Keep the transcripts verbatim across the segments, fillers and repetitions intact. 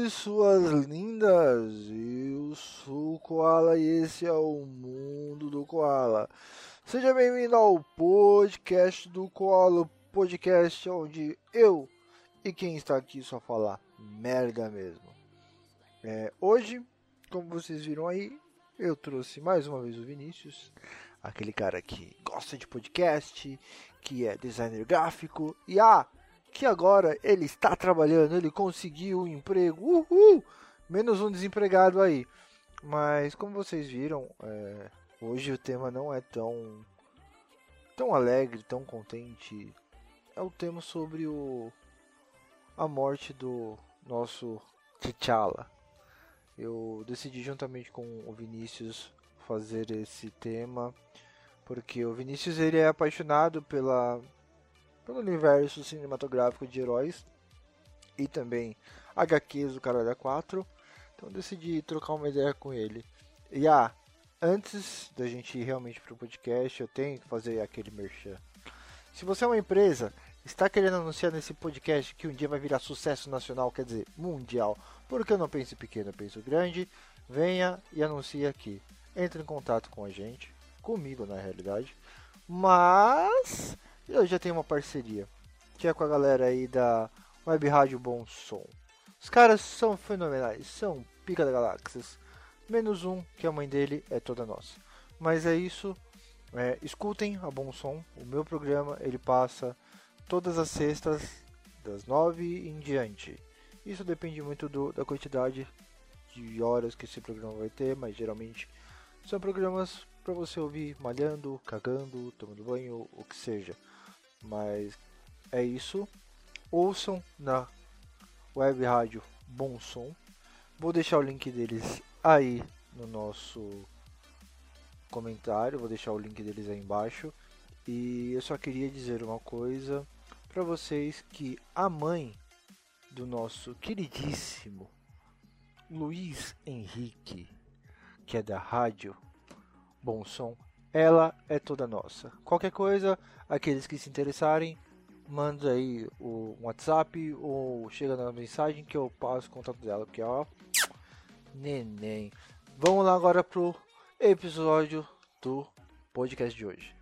suas lindas! Eu sou o Koala e esse é o Mundo do Koala. Seja bem-vindo ao podcast do Koala, podcast onde eu e quem está aqui só falar merda mesmo. É, hoje, como vocês viram aí, eu trouxe mais uma vez o Vinícius, aquele cara que gosta de podcast, que é designer gráfico e ah, que agora ele está trabalhando, ele conseguiu um emprego, uhul, menos um desempregado aí. Mas como vocês viram, é, hoje o tema não é tão, tão alegre, tão contente. É o tema sobre o, a morte do nosso T'Challa. Eu decidi juntamente com o Vinícius fazer esse tema, porque o Vinícius ele é apaixonado pela... pelo universo cinematográfico de heróis e também agá quês do Caralho quatro. Então eu decidi trocar uma ideia com ele. E ah, antes da gente ir realmente pro podcast, eu tenho que fazer aquele merchan. Se você é uma empresa, está querendo anunciar nesse podcast que um dia vai virar sucesso nacional, quer dizer, mundial, porque eu não penso pequeno, eu penso grande, venha e anuncie aqui. Entre em contato com a gente, comigo na realidade, mas... eu já tenho uma parceria, que é com a galera aí da Web Rádio Bom Som. Os caras são fenomenais, são pica da galáxias. Menos um, que a mãe dele é toda nossa. Mas é isso, é, escutem a Bom Som, o meu programa, ele passa todas as sextas, das nove em diante. Isso depende muito do, da quantidade de horas que esse programa vai ter, mas geralmente são programas para você ouvir malhando, cagando, tomando banho, o que seja. Mas é isso. Ouçam na Web Rádio Bom Som. Vou deixar o link deles aí no nosso comentário. Vou deixar o link deles aí embaixo. E eu só queria dizer uma coisa para vocês, que a mãe do nosso queridíssimo Luiz Henrique, que é da Rádio Bom Som, ela é toda nossa. Qualquer coisa, aqueles que se interessarem, manda aí o WhatsApp ou chega na mensagem que eu passo o contato dela, porque ó, neném. Vamos lá agora pro episódio do podcast de hoje.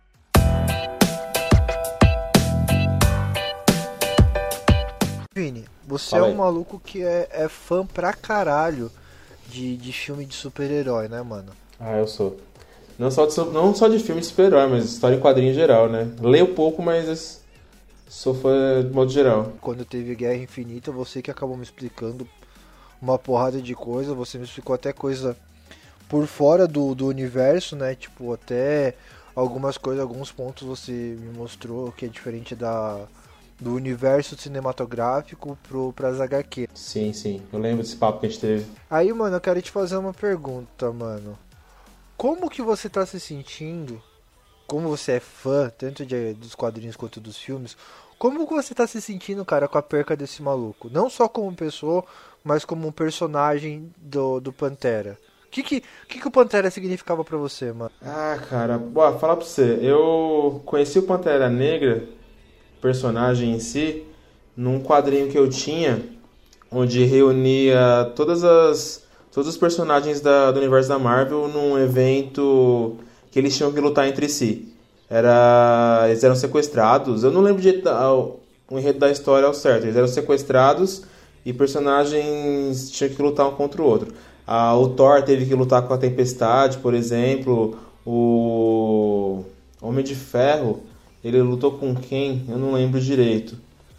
Vini, você Fala é um aí. maluco que é, é fã pra caralho de, de filme de super-herói, né, mano? Ah, eu sou. Não só, de, não só de filme de super-herói, mas história em quadrinho em geral, né? Leio pouco, mas sou fã de modo geral. Quando teve Guerra Infinita, você que acabou me explicando uma porrada de coisa, você me explicou até coisa por fora do, do universo, né? Tipo, até algumas coisas, alguns pontos você me mostrou que é diferente da, do universo cinematográfico pro, pras agá quês. Sim, sim. Eu lembro desse papo que a gente teve. Aí, mano, eu quero te fazer uma pergunta, mano. Como que você tá se sentindo, como você é fã, tanto de, dos quadrinhos quanto dos filmes, como que você tá se sentindo, cara, com a perca desse maluco? Não só como pessoa, mas como um personagem do, do Pantera. O que que, que que o Pantera significava pra você, mano? Ah, cara, boa, falar pra você, eu conheci o Pantera Negra, personagem em si, num quadrinho que eu tinha, onde reunia todas as... todos os personagens da, do universo da Marvel num evento que eles tinham que lutar entre si. Era, eles eram sequestrados, eu não lembro de, o, o enredo da história ao certo, eles eram sequestrados e personagens tinham que lutar um contra o outro. Ah, o Thor teve que lutar com a Tempestade, por exemplo, o Homem de Ferro, ele lutou com quem? Eu não lembro direito.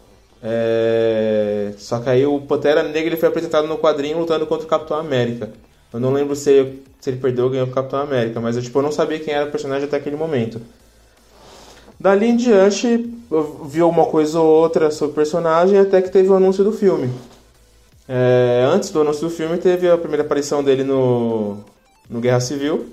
É... Só que aí o Pantera Negra ele foi apresentado no quadrinho lutando contra o Capitão América. Eu não lembro se, se ele perdeu ou ganhou o Capitão América, mas eu, tipo, eu não sabia quem era o personagem até aquele momento. Dali em diante, eu vi uma coisa ou outra sobre o personagem até que teve o anúncio do filme. É... Antes do anúncio do filme teve a primeira aparição dele no, no Guerra Civil,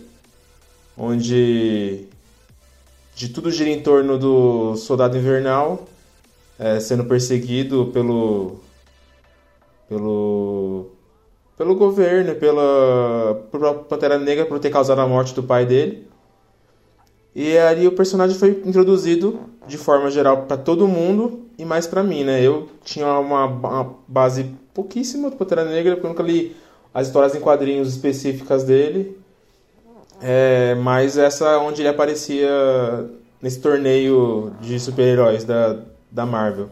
onde de tudo gira em torno do Soldado Invernal, É, sendo perseguido pelo pelo pelo governo, pela pela Pantera Negra por ter causado a morte do pai dele. E aí o personagem foi introduzido de forma geral para todo mundo e mais para mim, né? Eu tinha uma, uma base pouquíssimo do Pantera Negra, porque eu nunca li as histórias em quadrinhos específicas dele. É, mas essa onde ele aparecia nesse torneio de super-heróis da, da Marvel.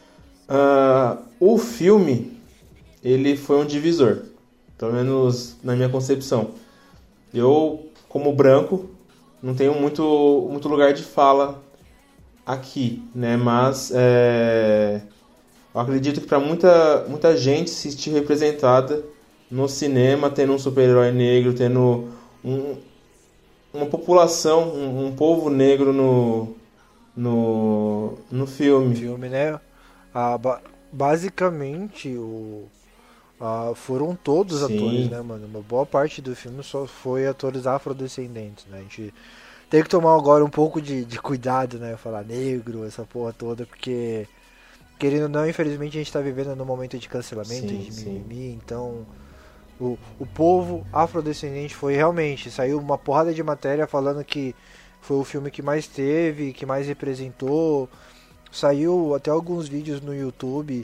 Uh, o filme, ele foi um divisor, pelo menos na minha concepção. Eu, como branco, não tenho muito, muito lugar de fala aqui, né? Mas é, eu acredito que para muita, muita gente se sentir representada no cinema, tendo um super-herói negro, tendo um, uma população, um, um povo negro no, no, no filme. filme, né? Ah, ba- basicamente, o, ah, foram todos Sim. atores, né, mano? Uma boa parte do filme só foi atores afrodescendentes, né? A gente tem que tomar agora um pouco de, de cuidado, né? Falar negro, essa porra toda, porque, querendo ou não, infelizmente a gente tá vivendo num momento de cancelamento, Sim, de sim. mimimi, então... O, o povo afrodescendente foi realmente... Saiu uma porrada de matéria falando que foi o filme que mais teve, que mais representou. Saiu até alguns vídeos no YouTube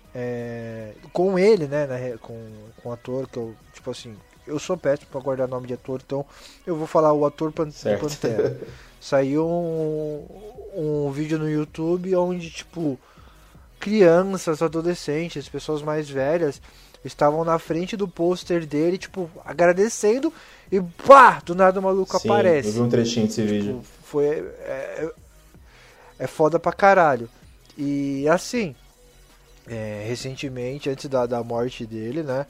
é, com ele, né? Na, re- com, com o ator, que eu, tipo assim... Eu sou péssimo pra guardar nome de ator, então eu vou falar o ator Pan- Certo. Pantera. Saiu um, um vídeo no YouTube onde, tipo... crianças, adolescentes, pessoas mais velhas estavam na frente do pôster dele, tipo, agradecendo e pá, do nada o maluco Sim, aparece. eu vi um trechinho desse vídeo. Tipo, foi é, é, é foda pra caralho. E assim, é, recentemente, antes da, da morte dele, né,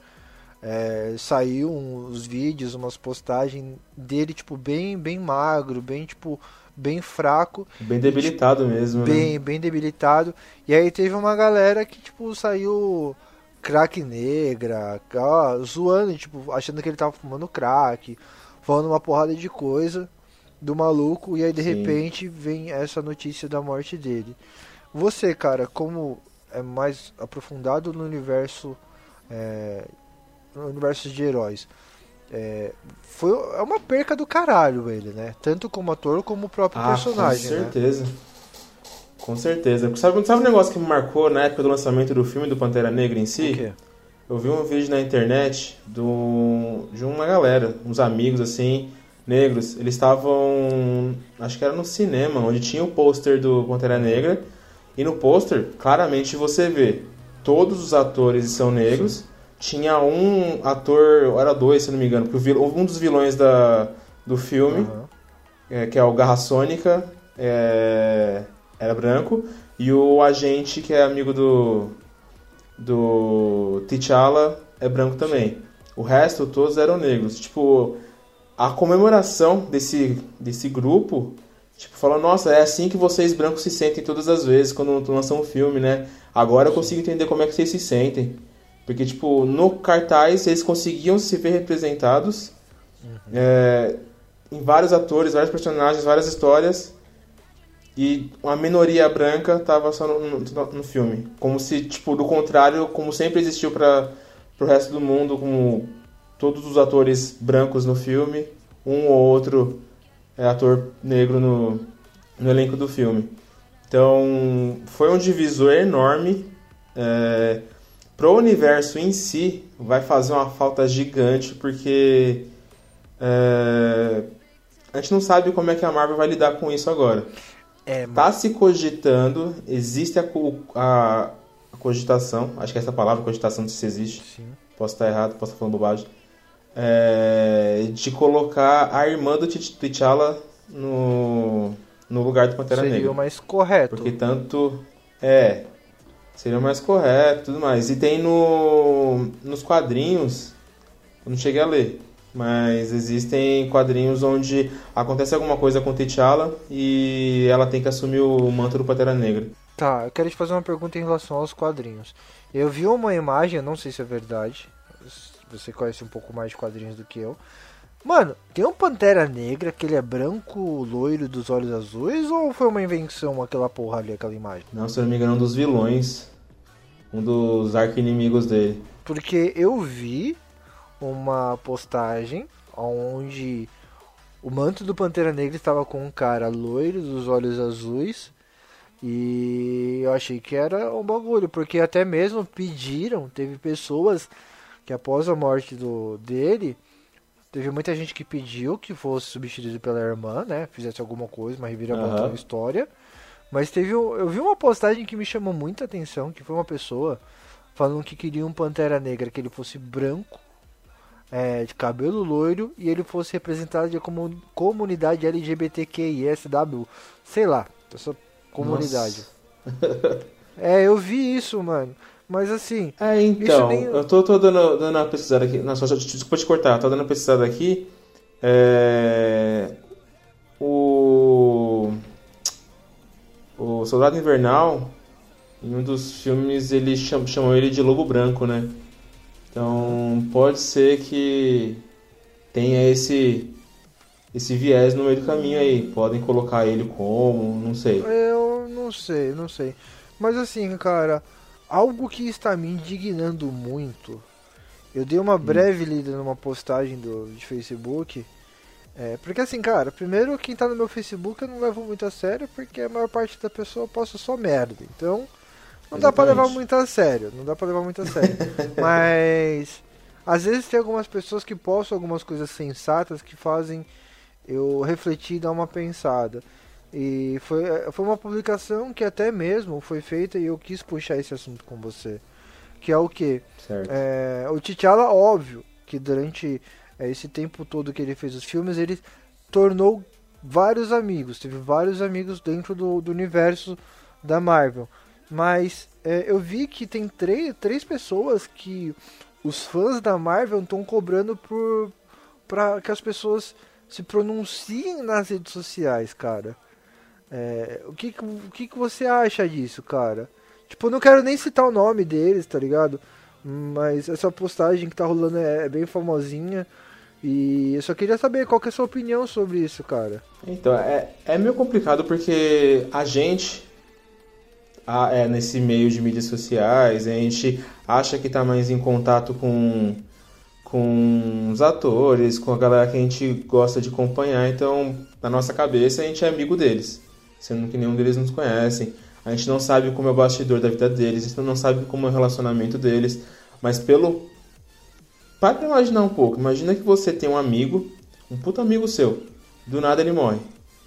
é, saiu uns vídeos, umas postagens dele, tipo, bem, bem magro, bem, tipo, bem fraco. Bem debilitado mesmo, Bem, né? bem debilitado. E aí teve uma galera que, tipo, saiu crack negra, ó, zoando, tipo, achando que ele tava fumando crack, falando uma porrada de coisa do maluco, e aí de Sim. repente vem essa notícia da morte dele. Você, cara, como é mais aprofundado no universo, é, no universo de heróis, é, foi é uma perca do caralho ele, né? Tanto como ator como o próprio Ah, personagem, com né? certeza. Com certeza. Sabe, sabe um negócio que me marcou na época do lançamento do filme do Pantera Negra em si? O quê? Eu vi um vídeo na internet do, de uma galera, uns amigos assim, negros. Eles estavam, acho que era no cinema, onde tinha o pôster do Pantera Negra. E no pôster, claramente você vê, todos os atores são negros. Tinha um ator, ou era dois, se não me engano, porque o vil- um dos vilões da, do filme, Aham. é, que é o Garra Sônica, é, era branco. E o agente, que é amigo do, do T'Challa, é branco também. O resto, todos eram negros. Tipo, a comemoração desse, desse grupo, tipo, falou, nossa, é assim que vocês brancos se sentem todas as vezes quando lançam um filme, né? Agora eu consigo entender como é que vocês se sentem. Porque, tipo, no cartaz eles conseguiam se ver representados é, em vários atores, vários personagens, várias histórias. E uma minoria branca tava só no, no, no filme. Como se, tipo, do contrário, como sempre existiu para pro resto do mundo, como todos os atores brancos no filme, um ou outro é, ator negro no, no elenco do filme. Então, foi um divisor enorme. É, pro universo em si, vai fazer uma falta gigante, porque é, a gente não sabe como é que a Marvel vai lidar com isso agora. É, Tá se cogitando, existe a, co- a, a cogitação, acho que é essa palavra, cogitação, não sei se existe, sim. posso estar errado, posso estar falando bobagem, é, de colocar a irmã do T'Ch- T'Challa no, no lugar do Pantera Seria Negra. o mais correto. Porque tanto. É. Seria o mais correto e tudo mais. E tem no, nos quadrinhos. Eu não cheguei a ler. Mas existem quadrinhos onde acontece alguma coisa com T'Challa e ela tem que assumir o manto do Pantera Negra. Tá, eu quero te fazer uma pergunta em relação aos quadrinhos. Eu vi uma imagem, eu não sei se é verdade. Você conhece um pouco mais de quadrinhos do que eu. Mano, tem um Pantera Negra que ele é branco, loiro, dos olhos azuis, ou foi uma invenção aquela porra ali, aquela imagem? Não, se eu não me engano, um dos vilões. Um dos arqui-inimigos dele. Porque eu vi uma postagem onde o manto do Pantera Negra estava com um cara loiro, dos olhos azuis, E eu achei que era um bagulho, porque até mesmo pediram, teve pessoas que após a morte do, dele, teve muita gente que pediu que fosse substituído pela irmã, né? Fizesse alguma coisa, uma reviravolta Aham. na história. Mas teve um, eu vi uma postagem que me chamou muita atenção, que foi uma pessoa falando que queria um Pantera Negra que ele fosse branco, é, de cabelo loiro, e ele fosse representado de como comunidade L G B T Q I S W, sei lá, essa comunidade. Nossa. É, eu vi isso, mano. Mas assim, É, isso então, nem. eu tô, tô dando, dando uma pesquisada aqui. Nossa, só- desculpa te cortar, tô dando uma pesquisada aqui. É, o, o Soldado Invernal, em um dos filmes, eles chamam, chamam ele de Lobo Branco, né? Então, pode ser que tenha esse, esse viés no meio do caminho aí. Podem colocar ele como, não sei. Eu não sei, não sei. Mas assim, cara, algo que está me indignando muito. Eu dei uma breve lida numa postagem do, de Facebook. É, porque assim, cara, primeiro quem tá no meu Facebook eu não levo muito a sério, porque a maior parte da pessoa posta só merda. Então, não dá pra levar Exatamente. muito a sério. Não dá pra levar muito a sério. Mas, às vezes tem algumas pessoas que postam algumas coisas sensatas que fazem eu refletir e dar uma pensada. E foi, foi uma publicação que até mesmo foi feita e eu quis puxar esse assunto com você. Que é o que? Certo. É, o T'Challa, óbvio, que durante é, esse tempo todo que ele fez os filmes, ele tornou vários amigos. Teve vários amigos dentro do, do universo da Marvel. Mas é, eu vi que tem três, três pessoas que os fãs da Marvel estão cobrando por para que as pessoas se pronunciem nas redes sociais, cara. É, o que, que- o que, que você acha disso, cara? Tipo, eu não quero nem citar o nome deles, tá ligado? Mas essa postagem que tá rolando é, é bem famosinha. E eu só queria saber qual que é a sua opinião sobre isso, cara. Então, é, é meio complicado porque a gente, a- é, nesse meio de mídias sociais, a gente acha que tá mais em contato com, com os atores, com a galera que a gente gosta de acompanhar, então, na nossa cabeça, a gente é amigo deles, sendo que nenhum deles nos conhece. A gente não sabe como é o bastidor da vida deles, a gente não sabe como é o relacionamento deles, mas pelo... Para pra imaginar um pouco, imagina que você tem um amigo, um puto amigo seu, do nada ele morre.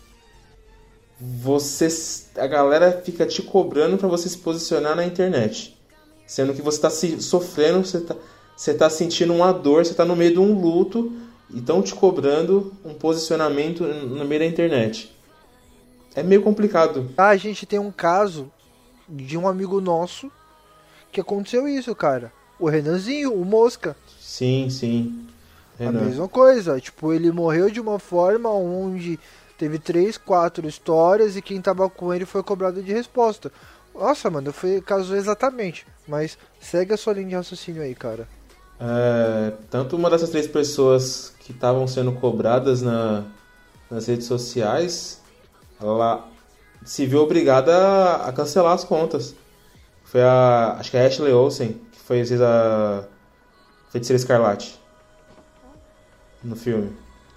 Você, a galera fica te cobrando pra você se posicionar na internet, sendo que você tá se sofrendo, você tá, você tá sentindo uma dor, você tá no meio de um luto e estão te cobrando um posicionamento no meio da internet. É meio complicado. Ah, a gente tem um caso de um amigo nosso que aconteceu isso, cara. O Renanzinho, o Mosca. Sim, sim. A Renan. mesma coisa. Tipo, ele morreu de uma forma onde teve três, quatro histórias e quem tava com ele foi cobrado de resposta. Nossa, mano, foi caso exatamente. Mas segue a sua linha de raciocínio aí, cara. É, tanto uma dessas três pessoas que estavam sendo cobradas na, nas redes sociais, ela se viu obrigada a, a cancelar as contas. Foi a, acho que é a Ashley Olsen, que fez a Feiticeira Escarlate no filme.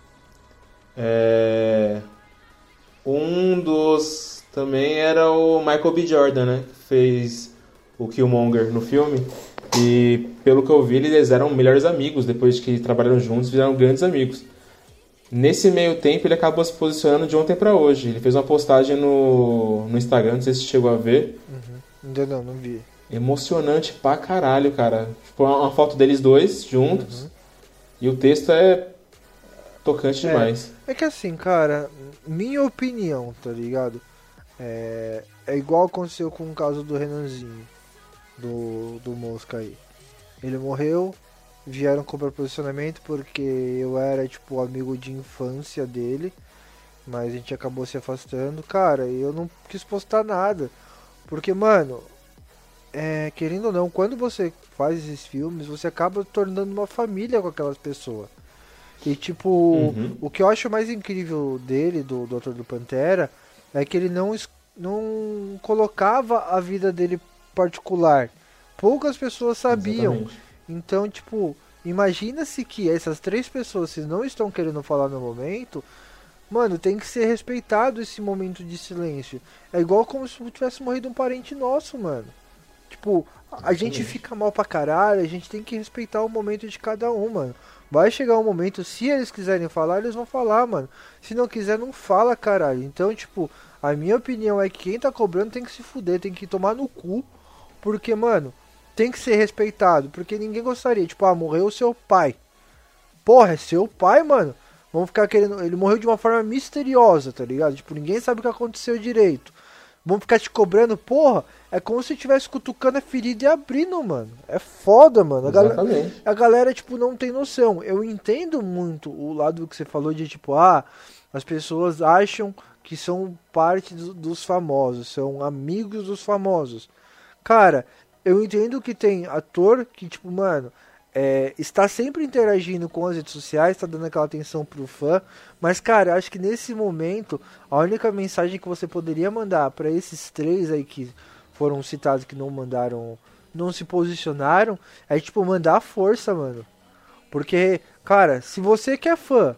É, um dos também era o Michael B. Jordan, né? Que fez o Killmonger no filme. E pelo que eu vi, eles eram melhores amigos. Depois que trabalharam juntos, viraram grandes amigos. Nesse meio tempo, ele acabou se posicionando de ontem pra hoje. Ele fez uma postagem no, no Instagram, não sei se você chegou a ver. Ainda não, não vi. Emocionante pra caralho, cara. Tipo, uma uma foto deles dois juntos. E o texto é tocante É. demais. É que assim, cara, minha opinião, tá ligado? É, é igual aconteceu com o caso do Renanzinho, do, do Mosca aí. Ele morreu, vieram cobrar posicionamento porque eu era, tipo, amigo de infância dele, mas a gente acabou se afastando. Cara, e eu não quis postar nada, porque, mano, é, querendo ou não, quando você faz esses filmes, você acaba tornando uma família com aquelas pessoas. E tipo, Uhum. o que eu acho mais incrível dele, do doutor do Pantera, é que ele não, es- não colocava a vida dele particular. Poucas pessoas sabiam. Exatamente. Então, tipo, imagina-se que essas três pessoas, se não estão querendo falar no momento, mano, tem que ser respeitado esse momento de silêncio. É igual como se tivesse morrido um parente nosso, mano. Tipo, a gente fica mal pra caralho, a gente tem que respeitar o momento de cada um, mano. Vai chegar um momento, se eles quiserem falar, eles vão falar, mano. Se não quiser, não fala, caralho. Então, tipo, a minha opinião é que quem tá cobrando tem que se fuder, tem que tomar no cu. Porque, mano, tem que ser respeitado. Porque ninguém gostaria, tipo, ah, morreu o seu pai. Porra, é seu pai, mano. Vamos ficar querendo... Ele morreu de uma forma misteriosa, tá ligado? Tipo, ninguém sabe o que aconteceu direito. Vamos ficar te cobrando, porra. É como se estivesse cutucando a ferida e abrindo, mano. É foda, mano. A galera, a galera, tipo, não tem noção. Eu entendo muito o lado que você falou de, tipo, ah, as pessoas acham que são parte do, dos famosos, são amigos dos famosos. Cara, eu entendo que tem ator que, tipo, mano... É, está sempre interagindo com as redes sociais, está dando aquela atenção pro fã, mas cara, acho que nesse momento a única mensagem que você poderia mandar para esses três aí que foram citados, que não mandaram, não se posicionaram, é tipo mandar força, mano. Porque, cara, se você que é fã,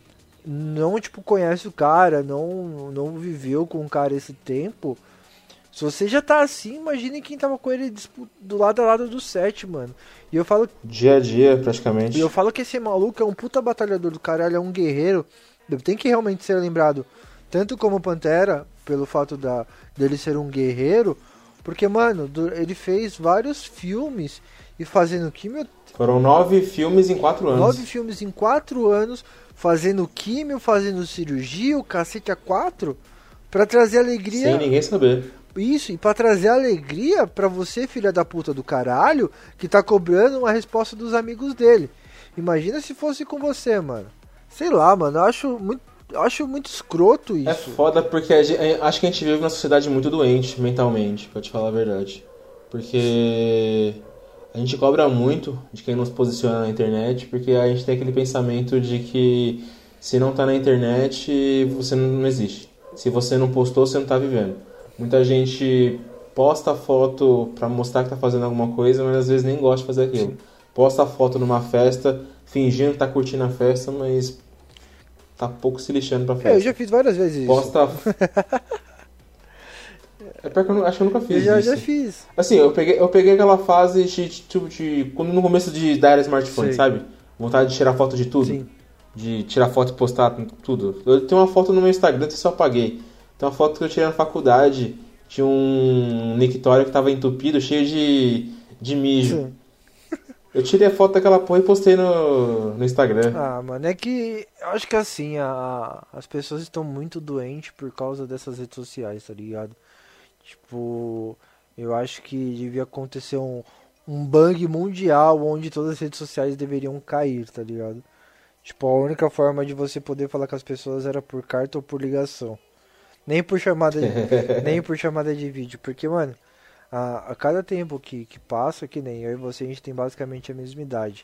não tipo conhece o cara, não não viveu com o cara esse tempo, se você já tá assim, imagine quem tava com ele do lado a lado do set, mano. E eu falo... Dia a dia, praticamente. E eu falo que esse maluco é um puta batalhador do caralho, é um guerreiro. Tem que realmente ser lembrado, tanto como Pantera, pelo fato da, dele ser um guerreiro, porque, mano, ele fez vários filmes e fazendo químio... Foram nove filmes em quatro anos. Nove filmes em quatro anos, fazendo químio, fazendo cirurgia, o cacete a quatro, pra trazer alegria... Sem ninguém saber. Isso, e pra trazer alegria pra você, filha da puta do caralho, que tá cobrando uma resposta dos amigos dele. Imagina se fosse com você, mano. Sei lá, mano, eu acho muito, eu acho muito escroto isso. É foda porque a gente, acho que a gente vive numa sociedade muito doente mentalmente, pra te falar a verdade. Porque a gente cobra muito de quem nos posiciona na internet, porque a gente tem aquele pensamento de que se não tá na internet, você não existe. Se você não postou, você não tá vivendo. Muita gente posta foto pra mostrar que tá fazendo alguma coisa, mas às vezes nem gosta de fazer aquilo. Sim. Posta foto numa festa, fingindo que tá curtindo a festa, mas tá pouco se lixando pra festa. É, eu já fiz várias vezes Posta... isso. É pior que eu não, acho que eu nunca fiz eu já, isso. Eu já fiz. Assim, eu peguei, eu peguei aquela fase de, tipo, de, de... Quando no começo de dar era smartphone, Sim. sabe? Vontade de tirar foto de tudo. Sim. De tirar foto e postar tudo. Eu tenho uma foto no meu Instagram que eu só apaguei. Tem uma foto que eu tirei na faculdade, tinha um mictório que tava entupido, cheio de, de mijo. Sim. Eu tirei a foto daquela porra e postei no, no Instagram. Ah, mano, é que eu acho que assim, a, as pessoas estão muito doentes por causa dessas redes sociais, tá ligado? Tipo, eu acho que devia acontecer um, um bang mundial onde todas as redes sociais deveriam cair, tá ligado? Tipo, a única forma de você poder falar com as pessoas era por carta ou por ligação. Nem por chamada de, nem por chamada de vídeo. Porque, mano, a, a cada tempo que, que passa, que nem eu e você, a gente tem basicamente a mesma idade.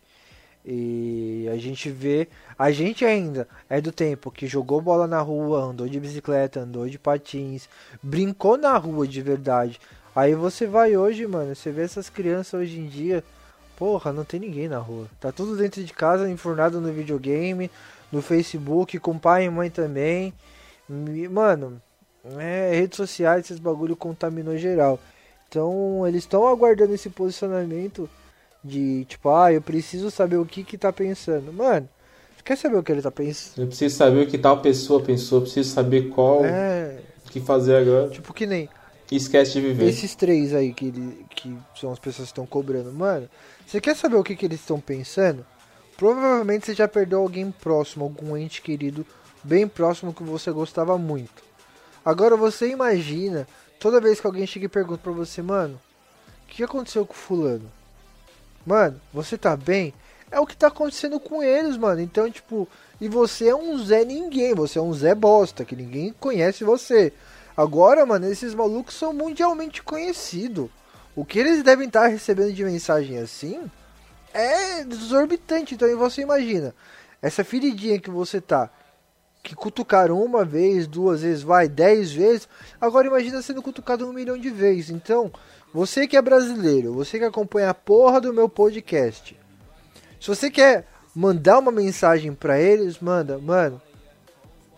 E a gente vê... A gente ainda é do tempo que jogou bola na rua, andou de bicicleta, andou de patins, brincou na rua de verdade. Aí você vai hoje, mano, você vê essas crianças hoje em dia... Porra, não tem ninguém na rua. Tá tudo dentro de casa, enfurnado no videogame, no Facebook, com pai e mãe também. Mano... É, redes sociais, esses bagulho contaminou geral. Então eles estão aguardando esse posicionamento de tipo, ah, eu preciso saber o que que tá pensando. Mano, você quer saber o que ele tá pensando? Eu preciso saber o que tal pessoa pensou, eu preciso saber qual é... o que fazer agora. Tipo que nem e esquece de viver. Esses três aí que, ele, que são as pessoas que estão cobrando. Mano, você quer saber o que que eles estão pensando? Provavelmente você já perdeu alguém próximo, algum ente querido bem próximo que você gostava muito. Agora você imagina, toda vez que alguém chega e pergunta pra você, mano, o que aconteceu com o fulano? Mano, você tá bem? É o que tá acontecendo com eles, mano. Então, tipo, e você é um Zé ninguém, você é um Zé bosta, que ninguém conhece você. Agora, mano, esses malucos são mundialmente conhecidos. O que eles devem estar recebendo de mensagem assim é exorbitante. Então, e você imagina, essa feridinha que você tá, que cutucaram uma vez, duas vezes, vai, dez vezes, agora imagina sendo cutucado um milhão de vezes. Então, você que é brasileiro, você que acompanha a porra do meu podcast, se você quer mandar uma mensagem pra eles, manda, mano,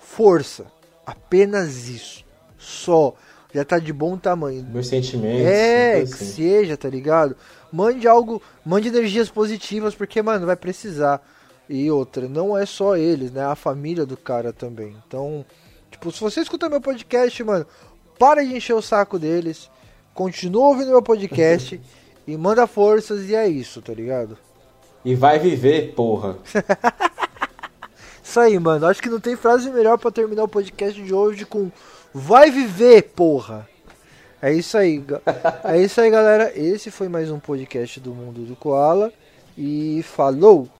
força. Apenas isso. Só. Já tá de bom tamanho. Meus sentimentos. É, assim. que seja, tá ligado? Mande algo, mande energias positivas, porque, mano, vai precisar. E outra, não é só eles, né? A família do cara também. Então, tipo, se você escuta meu podcast, mano, para de encher o saco deles. Continua ouvindo meu podcast e manda forças e é isso, tá ligado? E vai viver, porra. Isso aí, mano. Acho que não tem frase melhor pra terminar o podcast de hoje com vai viver, porra. É isso aí. É isso aí, galera. Esse foi mais um podcast do Mundo do Koala. E falou!